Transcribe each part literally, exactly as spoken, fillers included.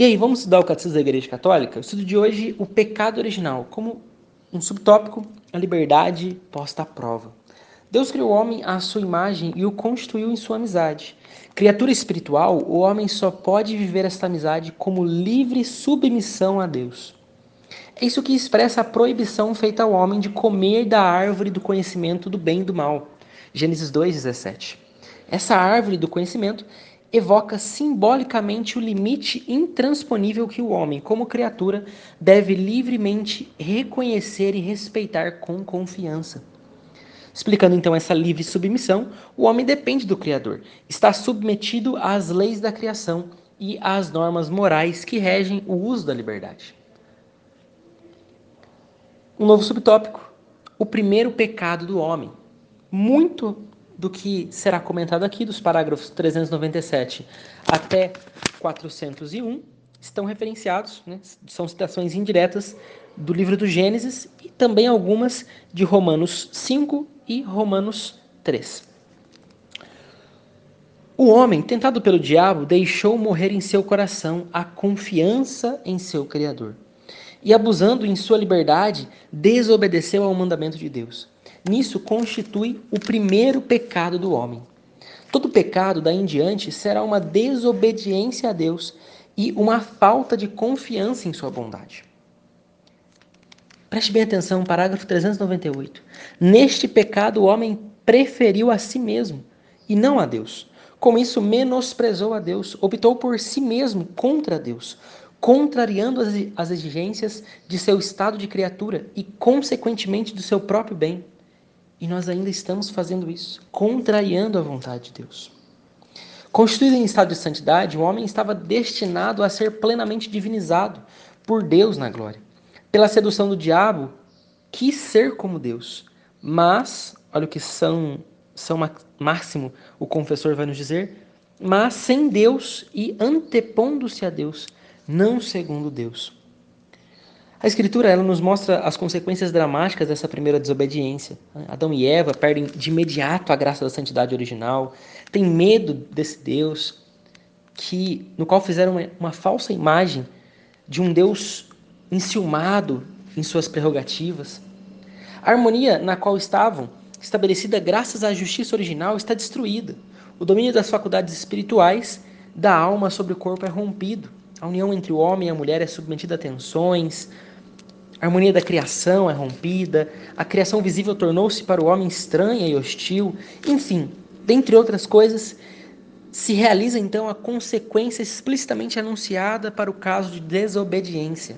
E aí, vamos estudar o Catecismo da Igreja Católica? O estudo de hoje, o pecado original, como um subtópico, a liberdade posta à prova. Deus criou o homem à sua imagem e o constituiu em sua amizade. Criatura espiritual, o homem só pode viver esta amizade como livre submissão a Deus. É isso que expressa a proibição feita ao homem de comer da árvore do conhecimento do bem e do mal. Gênesis dois, dezessete. Essa árvore do conhecimento evoca simbolicamente o limite intransponível que o homem, como criatura, deve livremente reconhecer e respeitar com confiança. Explicando então essa livre submissão, o homem depende do Criador, está submetido às leis da criação e às normas morais que regem o uso da liberdade. Um novo subtópico, o primeiro pecado do homem. Muito do que será comentado aqui, dos parágrafos trezentos e noventa e sete até quatrocentos e um, estão referenciados, né? São citações indiretas do livro do Gênesis e também algumas de Romanos cinco e Romanos três. O homem, tentado pelo diabo, deixou morrer em seu coração a confiança em seu Criador. E abusando em sua liberdade, desobedeceu ao mandamento de Deus. Nisso constitui o primeiro pecado do homem. Todo pecado daí em diante será uma desobediência a Deus e uma falta de confiança em sua bondade. Preste bem atenção, parágrafo trezentos e noventa e oito. Neste pecado o homem preferiu a si mesmo e não a Deus. Com isso menosprezou a Deus, optou por si mesmo contra Deus, contrariando as exigências de seu estado de criatura e, consequentemente, do seu próprio bem. E nós ainda estamos fazendo isso, contrariando a vontade de Deus. Constituído em estado de santidade, o homem estava destinado a ser plenamente divinizado por Deus na glória. Pela sedução do diabo, quis ser como Deus. Mas, olha o que São, São Máximo, o confessor, vai nos dizer, mas sem Deus e antepondo-se a Deus, não segundo Deus. A Escritura ela nos mostra as consequências dramáticas dessa primeira desobediência. Adão e Eva perdem de imediato a graça da santidade original, têm medo desse Deus, que, no qual fizeram uma, uma falsa imagem de um Deus enciumado em suas prerrogativas. A harmonia na qual estavam, estabelecida graças à justiça original, está destruída. O domínio das faculdades espirituais da alma sobre o corpo é rompido. A união entre o homem e a mulher é submetida a tensões. A harmonia da criação é rompida. A criação visível tornou-se para o homem estranha e hostil. Enfim, dentre outras coisas, se realiza então a consequência explicitamente anunciada para o caso de desobediência.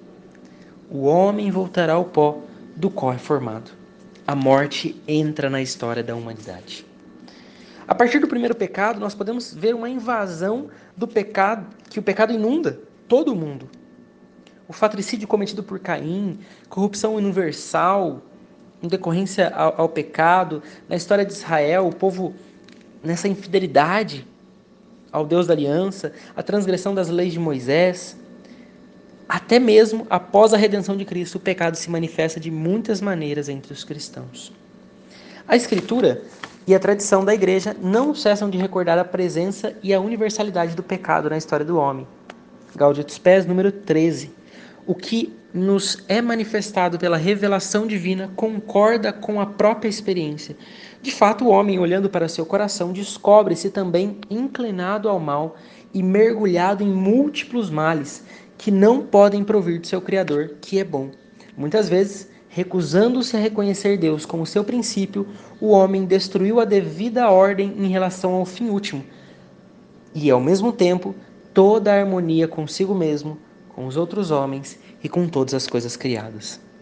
O homem voltará ao pó do qual é formado. A morte entra na história da humanidade. A partir do primeiro pecado, nós podemos ver uma invasão do pecado, que o pecado inunda todo o mundo. O fratricídio cometido por Caim, corrupção universal, em decorrência ao, ao pecado, na história de Israel, o povo nessa infidelidade ao Deus da aliança, a transgressão das leis de Moisés. Até mesmo após a redenção de Cristo, o pecado se manifesta de muitas maneiras entre os cristãos. A Escritura e a tradição da Igreja não cessam de recordar a presença e a universalidade do pecado na história do homem. Gaudium Spes, número treze. O que nos é manifestado pela revelação divina concorda com a própria experiência. De fato, o homem, olhando para seu coração, descobre-se também inclinado ao mal e mergulhado em múltiplos males que não podem provir do seu Criador, que é bom. Muitas vezes, recusando-se a reconhecer Deus como seu princípio, o homem destruiu a devida ordem em relação ao fim último e, ao mesmo tempo, toda a harmonia consigo mesmo, com os outros homens e com todas as coisas criadas.